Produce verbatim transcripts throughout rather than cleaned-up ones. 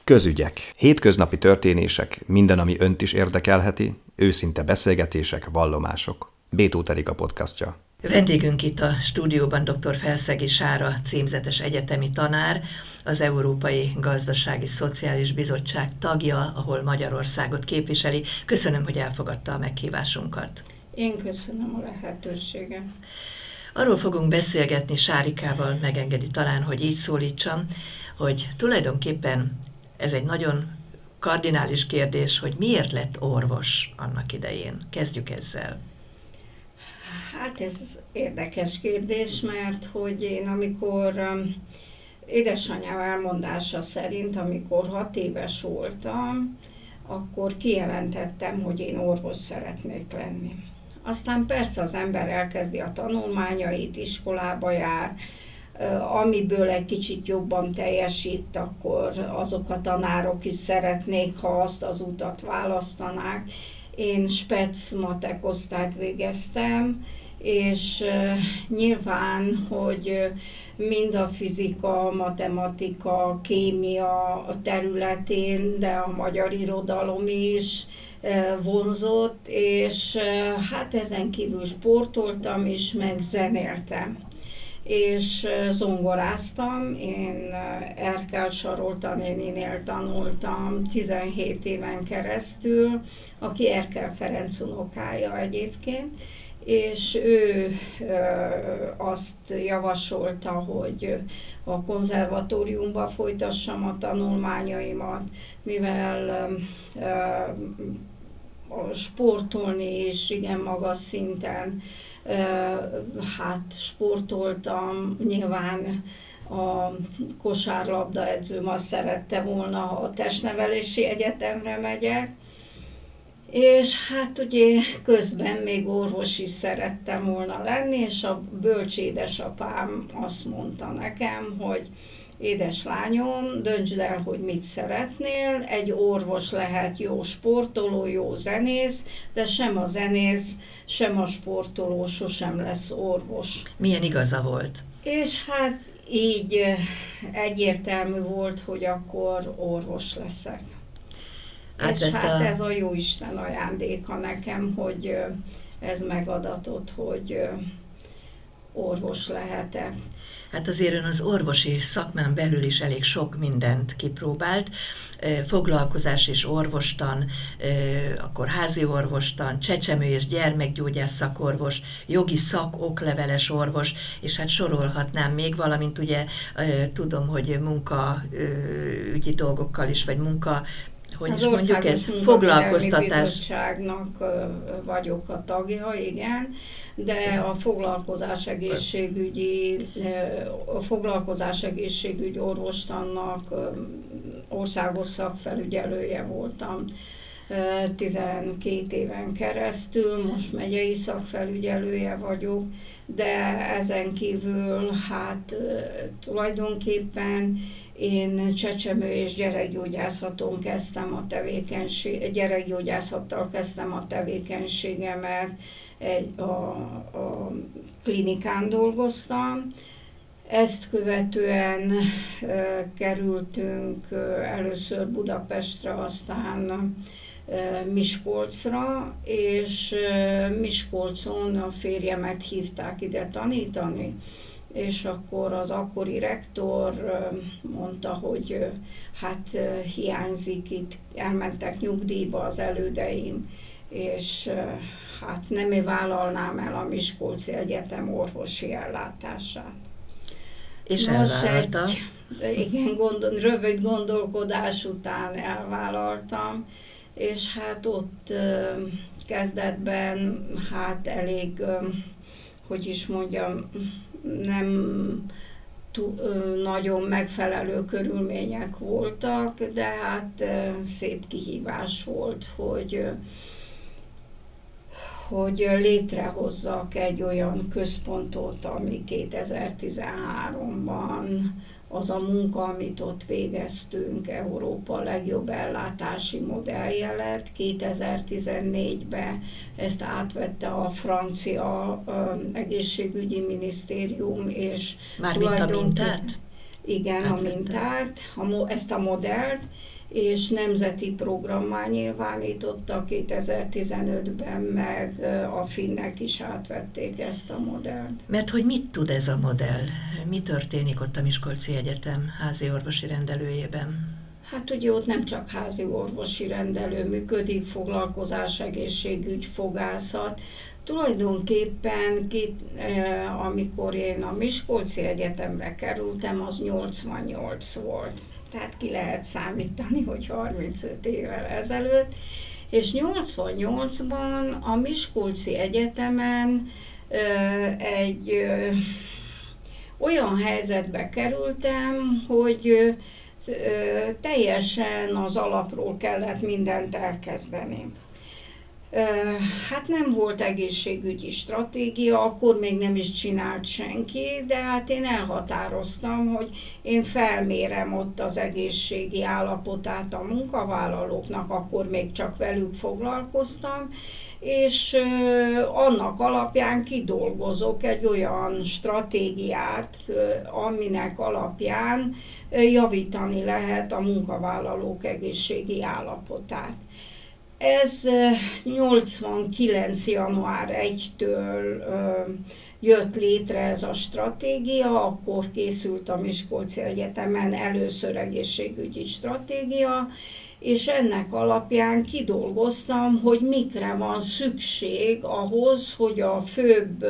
Közügyek. Hétköznapi történések, minden, ami önt is érdekelheti, őszinte beszélgetések, vallomások. B. Tóth Erika podcastja. Vendégünk itt a stúdióban dr. Felszegi Sára, címzetes egyetemi tanár, az Európai Gazdasági Szociális Bizottság tagja, ahol Magyarországot képviseli. Köszönöm, hogy elfogadta a meghívásunkat. Én köszönöm a lehetőséget. Arról fogunk beszélgetni Sárikával, megengedi talán, hogy így szólítsam, hogy tulajdonképpen ez egy nagyon kardinális kérdés, hogy miért lett orvos annak idején. Kezdjük ezzel. Hát ez érdekes kérdés, mert hogy én amikor um, édesanyám elmondása szerint, amikor hat éves voltam, akkor kijelentettem, hogy én orvos szeretnék lenni. Aztán persze az ember elkezdi a tanulmányait, iskolába jár, amiből egy kicsit jobban teljesít, akkor azok a tanárok is szeretnék, ha azt az utat választanák. Én spec matek osztályt végeztem, és nyilván, hogy mind a fizika, matematika, kémia területén, de a magyar irodalom is vonzott, és hát ezen kívül sportoltam is, meg zenéltem. És zongoráztam, én Erkel Sarolta Tanéninél tanultam tizenhét éven keresztül, aki Erkel Ferenc unokája egyébként, és ő azt javasolta, hogy a konzervatóriumba folytassam a tanulmányaimat, mivel sportolni is igen magas szinten, hát sportoltam, nyilván a kosárlabda edzőm azt szerette volna, ha a testnevelési egyetemre megyek, és hát ugye közben még orvos is szerettem volna lenni, és a bölcs édesapám azt mondta nekem, hogy édeslányom, döntsd el, hogy mit szeretnél, egy orvos lehet jó sportoló, jó zenész, de sem a zenész, sem a sportoló sosem lesz orvos. Milyen igaza volt? És hát így egyértelmű volt, hogy akkor orvos leszek. Átvette. És hát ez a Jóisten ajándéka nekem, hogy ez megadatott, hogy orvos lehetek. Hát azért ön az orvosi szakmán belül is elég sok mindent kipróbált, foglalkozás és orvostan, akkor házi orvostan, csecsemő és gyermekgyógyász szakorvos, jogi szak, okleveles orvos, és hát sorolhatnám még, valamint ugye tudom, hogy munkaügyi dolgokkal is, vagy munka, hogy az is mondjuk ez, foglalkoztatás. Bizottságnak vagyok a tagja, igen, de a foglalkozás egészségügyi, a foglalkozás egészségügy orvostannak országos szakfelügyelője voltam tizenkét éven keresztül, most megyei szakfelügyelője vagyok, de ezen kívül hát tulajdonképpen én csecsemő és gyerekgyógyászaton kezdtem a tevékenység, gyerekgyógyászattal kezdtem a tevékenységemet, egy, a, a klinikán dolgoztam. Ezt követően e, kerültünk e, először Budapestre, aztán e, Miskolcra, és e, Miskolcon a férjemet hívták ide tanítani, és akkor az akkori rektor mondta, hogy hát hiányzik itt, elmentek nyugdíjba az elődeim, és hát nem én vállalnám el a Miskolci Egyetem orvosi ellátását. És elvállalta? Igen, gondol, rövid gondolkodás után elvállaltam, és hát ott kezdetben hát elég, hogy is mondjam, nem nagyon megfelelő körülmények voltak, de hát szép kihívás volt, hogy, hogy létrehozzak egy olyan központot, ami kétezer-tizenháromban az a munka, amit ott végeztünk, Európa legjobb ellátási modellje lett. kétezer-tizennégyben ezt átvette a francia uh, egészségügyi minisztérium, és mármint a mintát? igen, a mintát, a, ezt a modellt, és nemzeti programmá nyilvánítottak kétezer-tizenötben, meg a finnek is átvették ezt a modellt. Mert hogy mit tud ez a modell? Mi történik ott a Miskolci Egyetem házi orvosi rendelőjében? Hát ugye ott nem csak házi orvosi rendelő működik, foglalkozás, egészségügy, fogászat. Tulajdonképpen, két, eh, amikor én a Miskolci Egyetemre kerültem, az nyolcvannyolc volt. Tehát ki lehet számítani, hogy harmincöt évvel ezelőtt. És nyolcvannyolcban a Miskolci Egyetemen eh, egy eh, olyan helyzetbe kerültem, hogy teljesen az alapról kellett mindent elkezdeni. Hát nem volt egészségügyi stratégia, akkor még nem is csinált senki, de hát én elhatároztam, hogy én felmérem ott az egészségi állapotát a munkavállalóknak, akkor még csak velük foglalkoztam, és annak alapján kidolgozok egy olyan stratégiát, aminek alapján javítani lehet a munkavállalók egészségi állapotát. Ez nyolcvankilenc január elsejétől jött létre ez a stratégia, akkor készült a Miskolci Egyetemen először egészségügyi stratégia, és ennek alapján kidolgoztam, hogy mikre van szükség ahhoz, hogy a főbb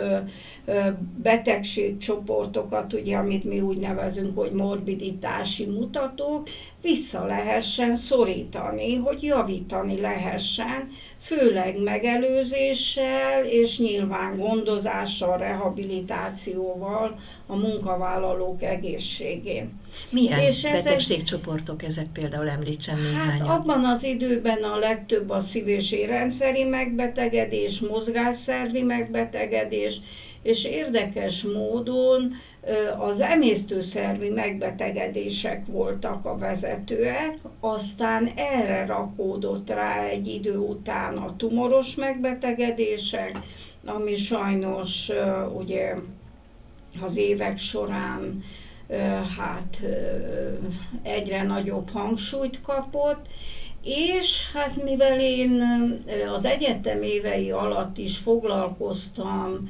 betegségcsoportokat, ugye, amit mi úgy nevezünk, hogy morbiditási mutatók, vissza lehessen szorítani, hogy javítani lehessen, főleg megelőzéssel és nyilván gondozással, rehabilitációval a munkavállalók egészségén. Milyen és betegségcsoportok ezek, például említsen néhányat? Hát abban az időben a legtöbb a szív- és érrendszeri megbetegedés, mozgásszervi megbetegedés, és érdekes módon az emésztőszervi megbetegedések voltak a vezetőek, aztán erre rakódott rá egy idő után a tumoros megbetegedések, ami sajnos ugye az évek során hát egyre nagyobb hangsúlyt kapott, és hát mivel én az egyetem évei alatt is foglalkoztam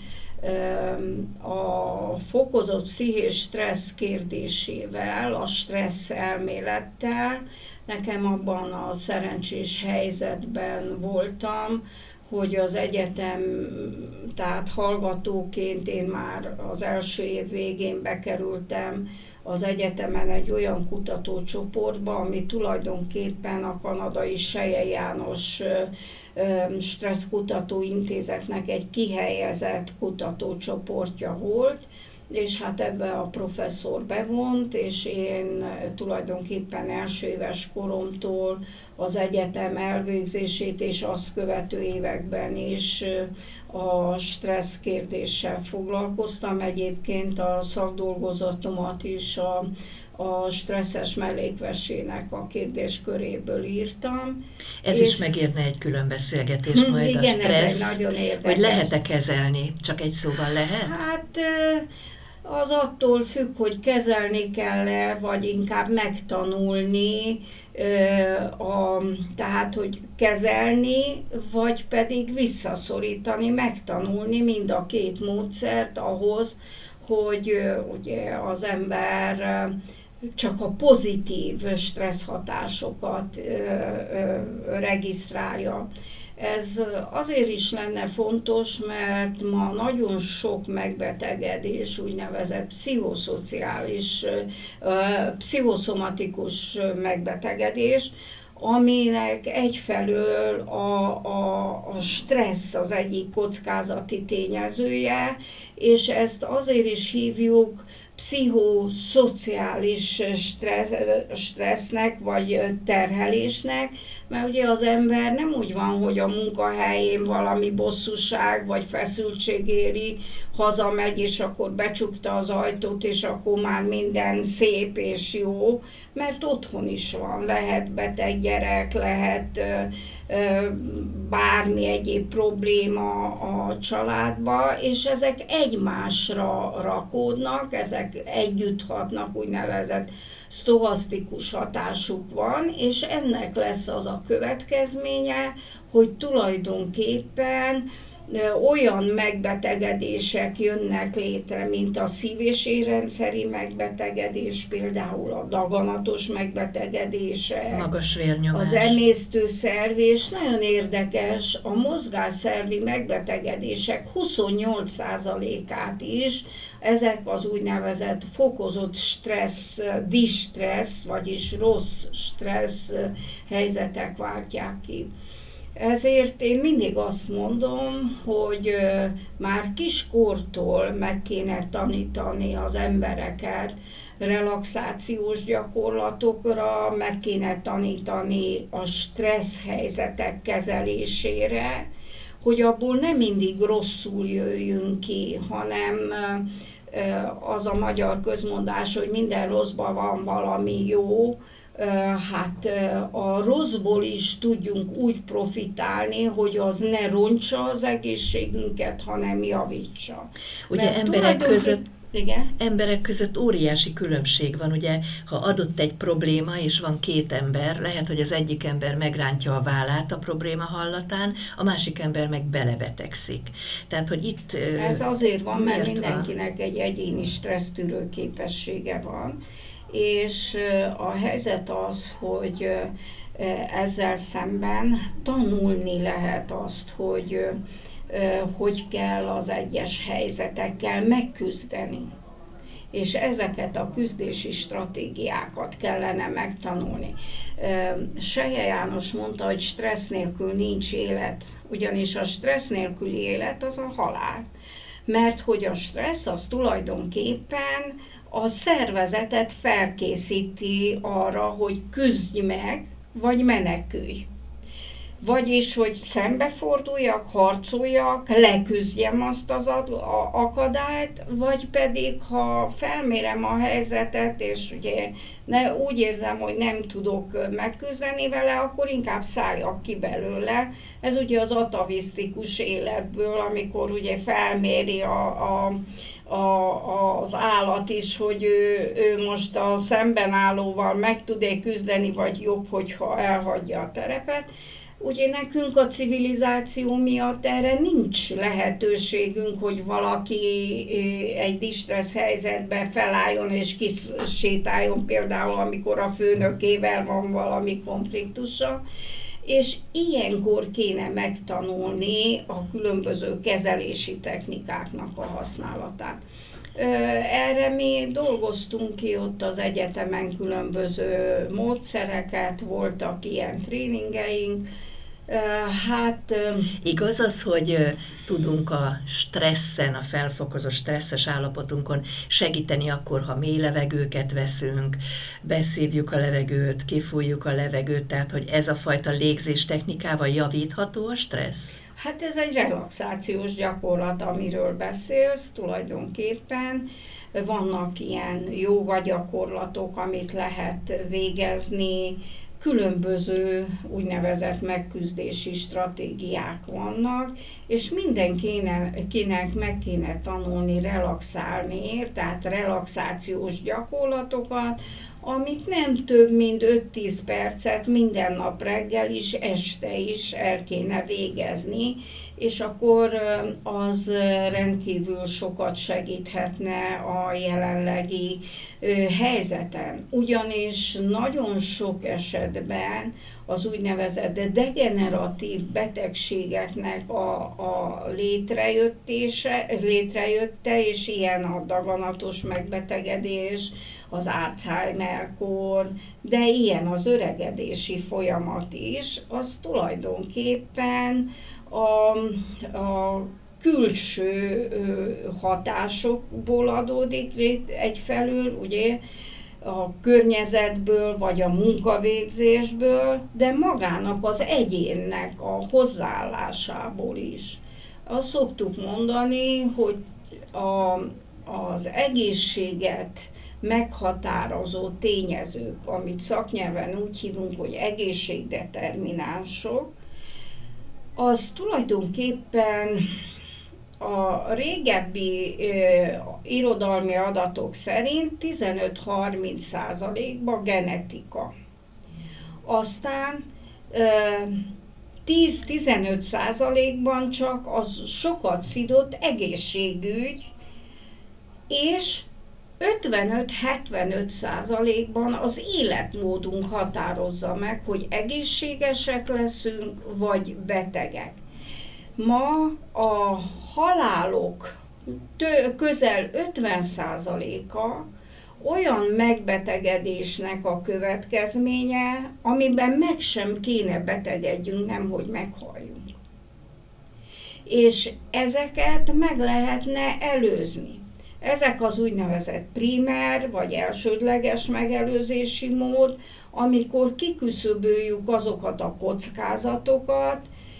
a fokozott pszichés stressz kérdésével, a stressz elmélettel, nekem abban a szerencsés helyzetben voltam, hogy az egyetem, tehát hallgatóként én már az első év végén bekerültem az egyetemen egy olyan kutatócsoportba, ami tulajdonképpen a kanadai Seje János Stresszkutató Intézetnek egy kihelyezett kutatócsoportja volt, és hát ebbe a professzor bevont, és én tulajdonképpen első éves koromtól az egyetem elvégzését és azt követő években is a stressz kérdéssel foglalkoztam. Egyébként a szakdolgozatomat is a, a stresszes mellékvesének a kérdésköréből írtam. Ez is megérne egy külön beszélgetést majd, igen, a stressz, ez egy nagyon érdekes. hogy lehet-e kezelni? Csak egy szóval lehet? Hát az attól függ, hogy kezelni kell-e, vagy inkább megtanulni, a, tehát, hogy kezelni, vagy pedig visszaszorítani, megtanulni mind a két módszert ahhoz, hogy ugye az ember csak a pozitív stressz hatásokat regisztrálja. Ez azért is lenne fontos, mert ma nagyon sok megbetegedés, úgynevezett pszichoszociális, pszichoszomatikus megbetegedés, aminek egyfelől a, a, a stressz az egyik kockázati tényezője, és ezt azért is hívjuk pszichoszociális stressz, stressznek vagy terhelésnek, mert ugye az ember nem úgy van, hogy a munkahelyén valami bosszúság vagy feszültség éri, hazamegy, és akkor becsukta az ajtót, és akkor már minden szép és jó, mert otthon is van, lehet beteg gyerek, lehet ö, ö, bármi egyéb probléma a családba, és ezek egymásra rakódnak, ezek együtt hatnak, úgynevezett sztochasztikus hatásuk van, és ennek lesz az a következménye, hogy tulajdonképpen olyan megbetegedések jönnek létre, mint a szív- és érrendszeri megbetegedés, például a daganatos megbetegedések, magas vérnyomás, az emésztőszerv, és nagyon érdekes, a mozgásszervi megbetegedések huszonnyolc százalékát is ezek az úgynevezett fokozott stressz, distressz, vagyis rossz stressz helyzetek váltják ki. Ezért én mindig azt mondom, hogy már kiskortól meg kéne tanítani az embereket relaxációs gyakorlatokra, meg kéne tanítani a stressz helyzetek kezelésére, hogy abból nem mindig rosszul jöjjünk ki, hanem az a magyar közmondás, hogy minden rosszban van valami jó, hát a rosszból is tudjunk úgy profitálni, hogy az ne rontsa az egészségünket, hanem javítsa. Ugye Mert emberek között igen? Emberek között óriási különbség van, ugye, ha adott egy probléma, és van két ember, lehet, hogy az egyik ember megrántja a vállát a probléma hallatán, a másik ember meg belebetegszik. Tehát, hogy itt... Ez azért van, mert mindenkinek van? egy egyéni stressztűrő képessége van, és a helyzet az, hogy ezzel szemben tanulni lehet azt, hogy hogy kell az egyes helyzetekkel megküzdeni. És ezeket a küzdési stratégiákat kellene megtanulni. Selye János mondta, hogy stressz nélkül nincs élet, ugyanis a stressz nélküli élet az a halál. Mert hogy a stressz az tulajdonképpen a szervezetet felkészíti arra, hogy küzdj meg, vagy menekülj. Vagyis, hogy szembeforduljak, harcoljak, leküzdjem azt az akadályt, vagy pedig, ha felmérem a helyzetet, és ugye ne, úgy érzem, hogy nem tudok megküzdeni vele, akkor inkább szálljak ki belőle. Ez ugye az atavisztikus életből, amikor ugye felméri a, a A, az állat is, hogy ő, ő most a szembenállóval meg tud-e küzdeni, vagy jobb, hogyha elhagyja a terepet. Ugye nekünk a civilizáció miatt erre nincs lehetőségünk, hogy valaki egy distressz helyzetbe felálljon és kisétáljon, például amikor a főnökével van valami konfliktusa. És ilyenkor kéne megtanulni a különböző kezelési technikáknak a használatát. Erre mi dolgoztunk ki ott az egyetemen különböző módszereket, voltak ilyen tréningeink. Hát... Igaz az, hogy tudunk a stresszen, a felfokozott stresszes állapotunkon segíteni akkor, ha mély levegőket veszünk, beszívjuk a levegőt, kifújjuk a levegőt, tehát hogy ez a fajta légzés technikával javítható a stressz? Hát ez egy relaxációs gyakorlat, amiről beszélsz tulajdonképpen. Vannak ilyen jóga gyakorlatok, amit lehet végezni, különböző úgynevezett megküzdési stratégiák vannak, és mindenkinek meg kéne tanulni relaxálni, tehát relaxációs gyakorlatokat, amit nem több mint öt-tíz percet minden nap reggel is, este is el kéne végezni, és akkor az rendkívül sokat segíthetne a jelenlegi helyzeten. Ugyanis nagyon sok esetben az úgynevezett degeneratív betegségeknek a, a létrejöttése, létrejötte, és ilyen a daganatos megbetegedés, az Alzheimer-kor, de ilyen az öregedési folyamat is, az tulajdonképpen a, a külső hatásokból adódik egyfelől, ugye, a környezetből, vagy a munkavégzésből, de magának az egyénnek a hozzáállásából is. Azt szoktuk mondani, hogy a, az egészséget meghatározó tényezők, amit szaknyelven úgy hívunk, hogy egészségdeterminánsok, az tulajdonképpen a régebbi ö, irodalmi adatok szerint tizenöt-harminc százalékban genetika. Aztán ö, tíz-tizenöt százalékban csak az sokat szidott egészségügy, és ötvenöt-hetvenöt százalékban az életmódunk határozza meg, hogy egészségesek leszünk, vagy betegek. Ma a halálok tő, közel ötven százaléka olyan megbetegedésnek a következménye, amiben meg sem kéne betegedjünk, nemhogy meghalljunk. És ezeket meg lehetne előzni. Ezek az úgynevezett primer vagy elsődleges megelőzési mód, amikor kiküszöböljük azokat a kockázatokat,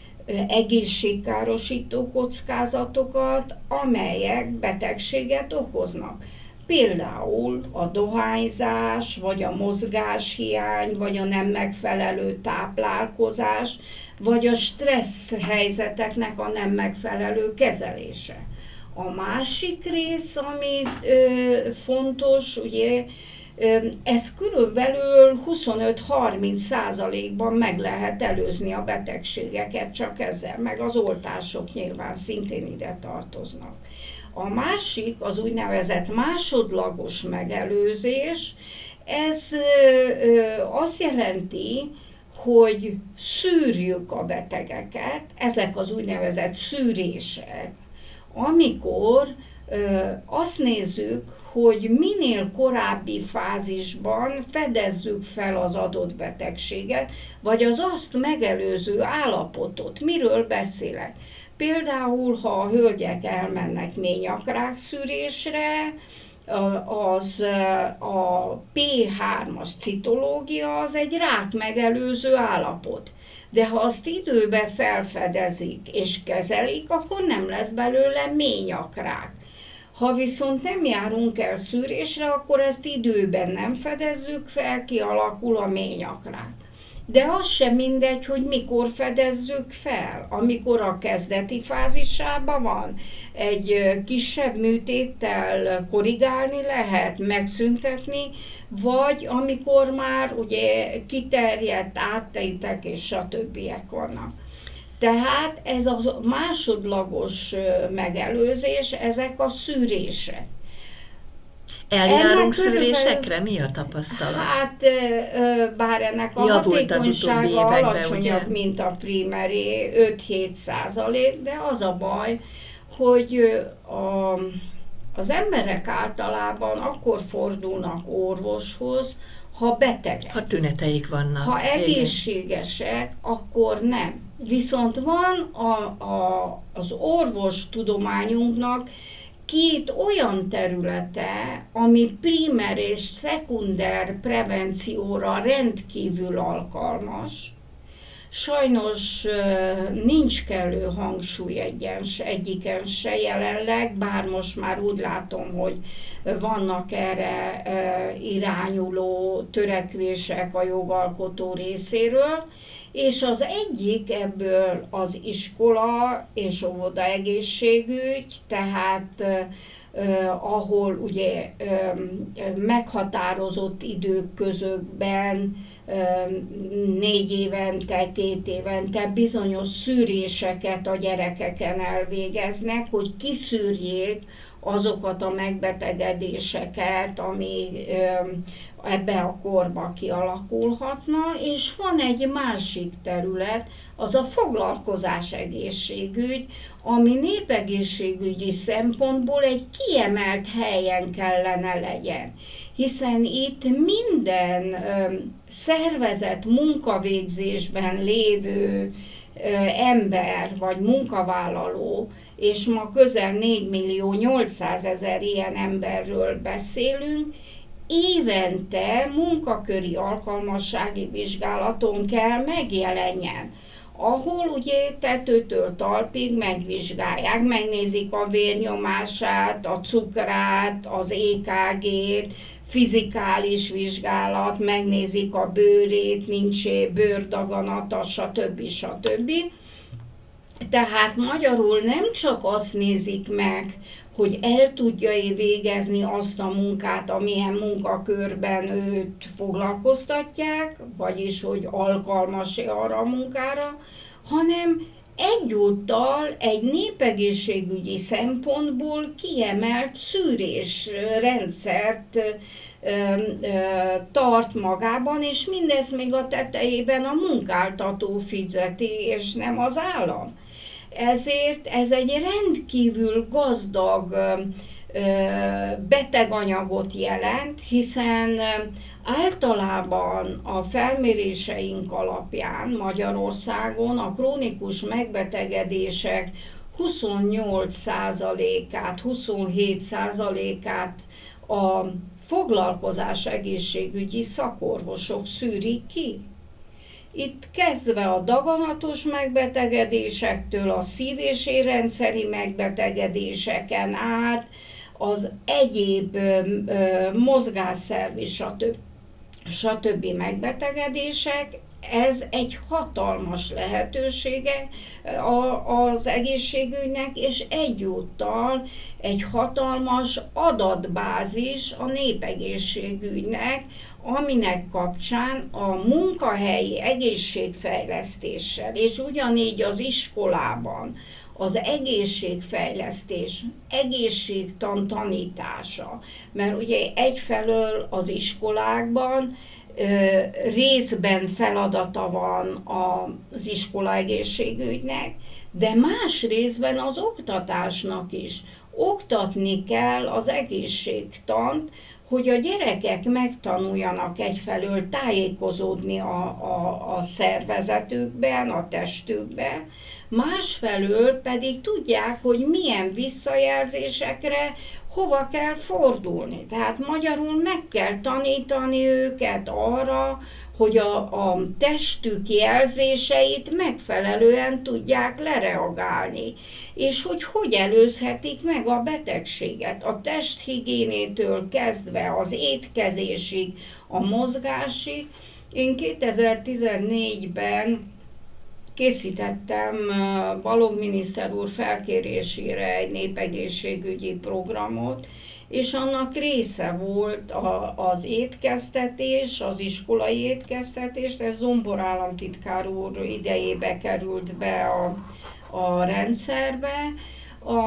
egészségkárosító kockázatokat, amelyek betegséget okoznak. Például a dohányzás, vagy a mozgáshiány, vagy a nem megfelelő táplálkozás, vagy a stressz helyzeteknek a nem megfelelő kezelése. A másik rész, ami ö, fontos, ugye, ö, ez körülbelül huszonöt-harminc százalékban meg lehet előzni a betegségeket csak ezzel, meg az oltások nyilván szintén ide tartoznak. A másik, az úgynevezett másodlagos megelőzés, ez ö, ö, azt jelenti, hogy szűrjük a betegeket, ezek az úgynevezett szűrések, amikor ö, azt nézzük, hogy minél korábbi fázisban fedezzük fel az adott betegséget, vagy az azt megelőző állapotot. Miről beszélek? Például, ha a hölgyek elmennek ményakrák szűrésre, az a pé hármas citológia az egy rák megelőző állapot. De ha azt időben felfedezik és kezelik, akkor nem lesz belőle ményakrák. Ha viszont nem járunk el szűrésre, akkor ezt időben nem fedezzük fel, kialakul a ményakrák. De az sem mindegy, hogy mikor fedezzük fel. Amikor a kezdeti fázisában van, egy kisebb műtéttel korrigálni lehet, megszüntetni, vagy amikor már ugye kiterjedt áttétek és stb. Vannak. Tehát ez a másodlagos megelőzés, ezek a szűrések. Eljárunk szűrésekre? Mi a tapasztalat? Hát, bár ennek a Javult hatékonysága alacsonyabb, ugye? mint a primeré, öt-hét százalék, de az a baj, hogy a, az emberek általában akkor fordulnak orvoshoz, ha betegek. Ha tüneteik vannak. Ha egészségesek, akkor nem. Viszont van a, a, az orvostudományunknak két olyan területe, ami primer és szekunder prevencióra rendkívül alkalmas. Sajnos nincs kellő hangsúly egyens, egyiken se jelenleg, bár most már úgy látom, hogy vannak erre irányuló törekvések a jogalkotó részéről, és az egyik ebből az iskola és óvoda egészségügy, tehát eh, ahol ugye eh, meghatározott idők közökben, eh, négy évente, két évente bizonyos szűréseket a gyerekeken elvégeznek, hogy kiszűrjék azokat a megbetegedéseket, ami eh, ebbe a korba kialakulhatna, és van egy másik terület, az a foglalkozás egészségügy, ami népegészségügyi szempontból egy kiemelt helyen kellene legyen. Hiszen itt minden ö, szervezett munkavégzésben lévő ö, ember vagy munkavállaló, és ma közel négy millió nyolcszázezer ilyen emberről beszélünk, évente munkaköri alkalmassági vizsgálaton kell megjelenjen. ahol ugye tetőtől talpig megvizsgálják, megnézik a vérnyomását, a cukrát, az é ká gét, fizikális vizsgálat, megnézik a bőrét, nincs bőrdaganata, stb. stb. Tehát magyarul nem csak azt nézik meg, hogy el tudja-e végezni azt a munkát, amilyen munkakörben őt foglalkoztatják, vagyis hogy alkalmas-e arra a munkára, hanem egyúttal egy népegészségügyi szempontból kiemelt szűrésrendszert ö, ö, tart magában, és mindez még a tetejében a munkáltató fizeti, és nem az állam. Ezért ez egy rendkívül gazdag beteganyagot jelent, hiszen általában a felméréseink alapján Magyarországon a krónikus megbetegedések huszonnyolc százalékát, huszonhét százalékát a foglalkozás egészségügyi szakorvosok szűrik ki. Itt kezdve a daganatos megbetegedésektől, a szív- és érrendszeri megbetegedéseken át, az egyéb ö, ö, mozgásszervi, stb. stb. Megbetegedések, ez egy hatalmas lehetősége az egészségügynek, és egyúttal egy hatalmas adatbázis a népegészségügynek, aminek kapcsán a munkahelyi egészségfejlesztéssel, és ugyanígy az iskolában az egészségfejlesztés, egészségtan tanítása, mert ugye egyfelől az iskolákban ö, részben feladata van az iskola egészségügynek, de más részben az oktatásnak is. Oktatni kell az egészségtant, hogy a gyerekek megtanuljanak egyfelől tájékozódni a, a, a szervezetükben, a testükben, másfelől pedig tudják, hogy milyen visszajelzésekre hova kell fordulni. Tehát magyarul meg kell tanítani őket arra, hogy a, a testük jelzéseit megfelelően tudják lereagálni, és hogy hogy előzhetik meg a betegséget. A testhigiénétől kezdve az étkezésig, a mozgásig. Én kétezer-tizennégyben készítettem Balogh miniszter úr felkérésére egy népegészségügyi programot, és annak része volt a, az étkeztetés, az iskolai étkeztetés, ez Zombor államtitkár úr idejébe került be a, a rendszerbe. A,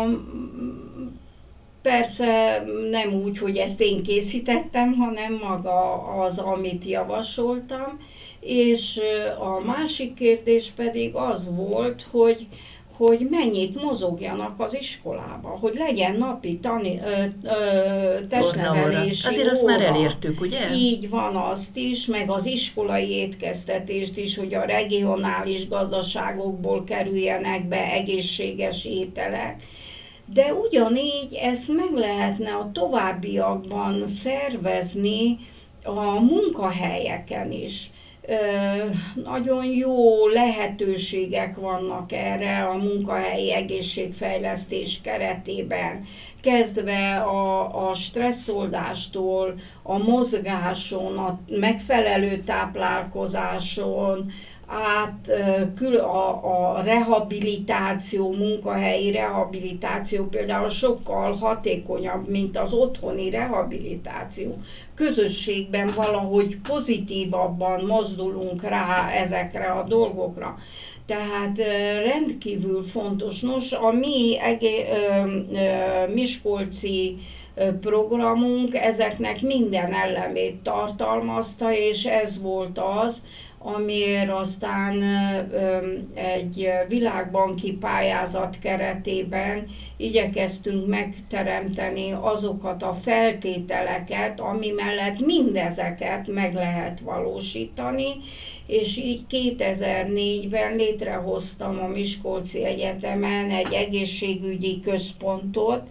persze nem úgy, hogy ezt én készítettem, hanem maga az, amit javasoltam, és a másik kérdés pedig az volt, hogy hogy mennyit mozogjanak az iskolába, hogy legyen napi tani, ö, ö, testnevelési Azért azt már elértük, ugye? Így van, azt is, meg az iskolai étkeztetést is, hogy a regionális gazdaságokból kerüljenek be egészséges ételek. De ugyanígy ezt meg lehetne a továbbiakban szervezni a munkahelyeken is. Nagyon jó lehetőségek vannak erre a munkahelyi egészségfejlesztés keretében, kezdve a, a stresszoldástól, a mozgáson, a megfelelő táplálkozáson, át a, a rehabilitáció, munkahelyi rehabilitáció például sokkal hatékonyabb, mint az otthoni rehabilitáció. Közösségben valahogy pozitívabban mozdulunk rá ezekre a dolgokra. Tehát rendkívül fontos. Nos, a mi egé, ö, ö, miskolci programunk ezeknek minden elemét tartalmazta, és ez volt az, amiért aztán egy világbanki pályázat keretében igyekeztünk megteremteni azokat a feltételeket, ami mellett mindezeket meg lehet valósítani, és így kétezer-négyben létrehoztam a Miskolci Egyetemen egy egészségügyi központot,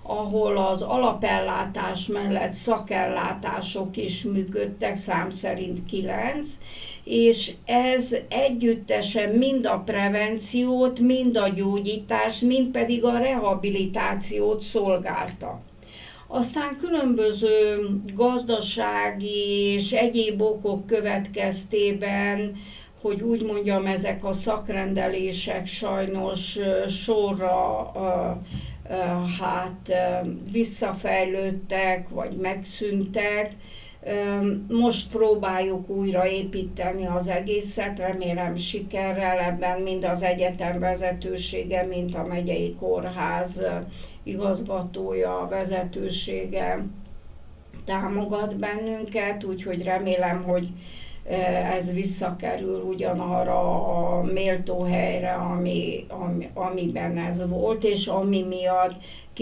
ahol az alapellátás mellett szakellátások is működtek, szám szerint kilenc, és ez együttesen mind a prevenciót, mind a gyógyítást, mind pedig a rehabilitációt szolgálta. Aztán különböző gazdasági és egyéb okok következtében, hogy úgy mondjam, ezek a szakrendelések sajnos sorra hát visszafejlődtek, vagy megszűntek. Most próbáljuk újra építeni az egészet, remélem sikerrel, ebben mind az egyetem vezetősége, mint a megyei kórház igazgatója, vezetősége támogat bennünket, úgyhogy remélem, hogy ez visszakerül ugyanarra a méltó helyre, ami, ami, amiben ez volt, és ami miatt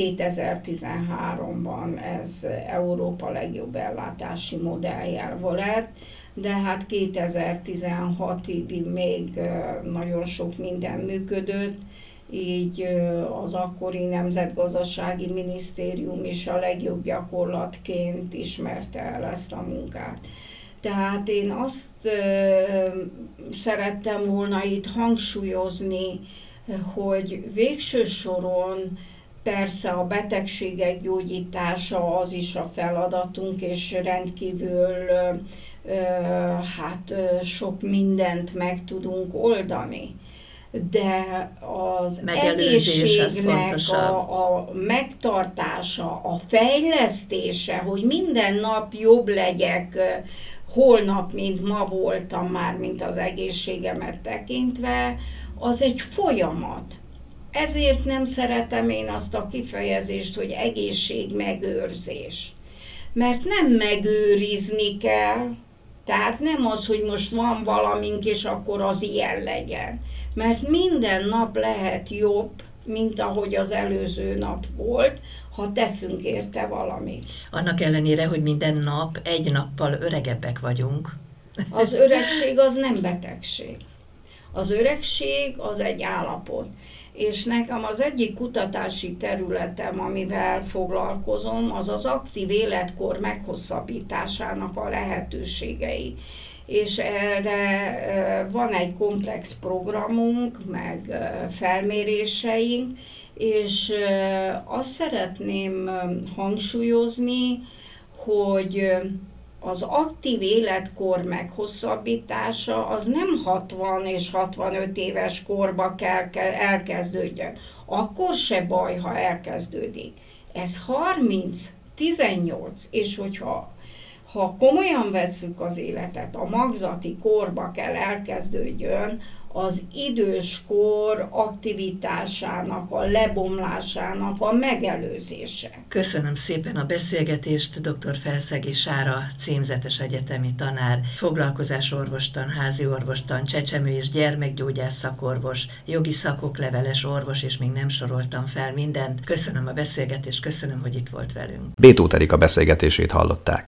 kétezer-tizenháromban ez Európa legjobb ellátási modellje lett, de hát kétezer-tizenhatig még nagyon sok minden működött, így az akkori Nemzetgazdasági Minisztérium is a legjobb gyakorlatként ismerte el ezt a munkát. Tehát én azt ö, szerettem volna itt hangsúlyozni, hogy végső soron persze a betegségek gyógyítása az is a feladatunk, és rendkívül ö, ö, hát, ö, sok mindent meg tudunk oldani. De az egészségnek a, a megtartása, a fejlesztése, hogy minden nap jobb legyek holnap, mint ma voltam már, mint az egészségemet tekintve, az egy folyamat. Ezért nem szeretem én azt a kifejezést, hogy egészségmegőrzés. Mert nem megőrizni kell, tehát nem az, hogy most van valamink, és akkor az ilyen legyen. Mert minden nap lehet jobb, mint ahogy az előző nap volt, ha teszünk érte valamit. Annak ellenére, hogy minden nap egy nappal öregebbek vagyunk. Az öregség az nem betegség. Az öregség az egy állapot. És nekem az egyik kutatási területem, amivel foglalkozom, az az aktív életkor meghosszabbításának a lehetőségei. És erre van egy komplex programunk, meg felméréseink, és azt szeretném hangsúlyozni, hogy az aktív életkor meghosszabbítása az nem hatvan és hatvanöt éves korba kell elkezdődjön. Akkor se baj, ha elkezdődik. Ez harminc, tizennyolc, és hogyha ha komolyan vesszük az életet, a magzati korba kell elkezdődjön az időskor aktivitásának, a lebomlásának a megelőzése. Köszönöm szépen a beszélgetést, dr. Felszegi Sára, címzetes egyetemi tanár, foglalkozásorvostan, házi orvostan, csecsemő és gyermekgyógyász szakorvos, jogi szakokleveles orvos, és még nem soroltam fel mindent. Köszönöm a beszélgetést, köszönöm, hogy itt volt velünk. Bétó Erika beszélgetését hallották.